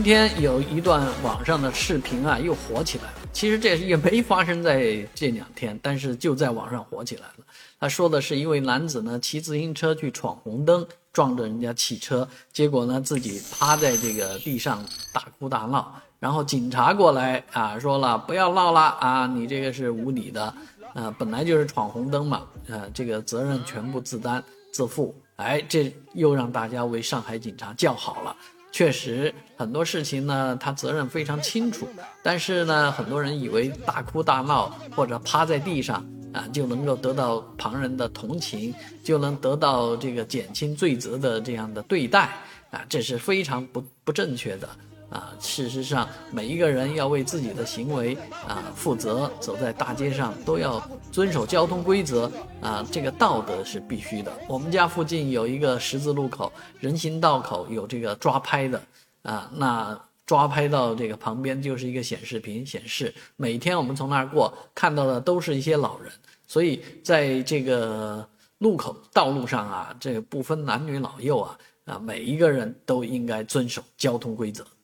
今天有一段网上的视频啊，又火起来了。其实这也没发生在这2天，但是就在网上火起来了。他说的是一位男子呢骑自行车去闯红灯，撞着人家汽车，结果呢自己趴在这个地上大哭大闹。然后警察过来啊，说了不要闹了啊，你这个是无理的，本来就是闯红灯嘛，这个责任全部自担自负。哎，这又让大家为上海警察叫好了。确实很多事情呢他责任非常清楚，但是呢很多人以为大哭大闹或者趴在地上就能够得到旁人的同情，就能得到这个减轻罪责的这样的对待这是非常不正确的事实上每一个人要为自己的行为负责，走在大街上都要遵守交通规则这个道德是必须的。我们家附近有一个十字路口人行道口有这个抓拍的那抓拍到这个旁边就是一个显示屏，显示每天我们从那儿过看到的都是一些老人，所以在这个路口道路上这个不分男女老幼每一个人都应该遵守交通规则。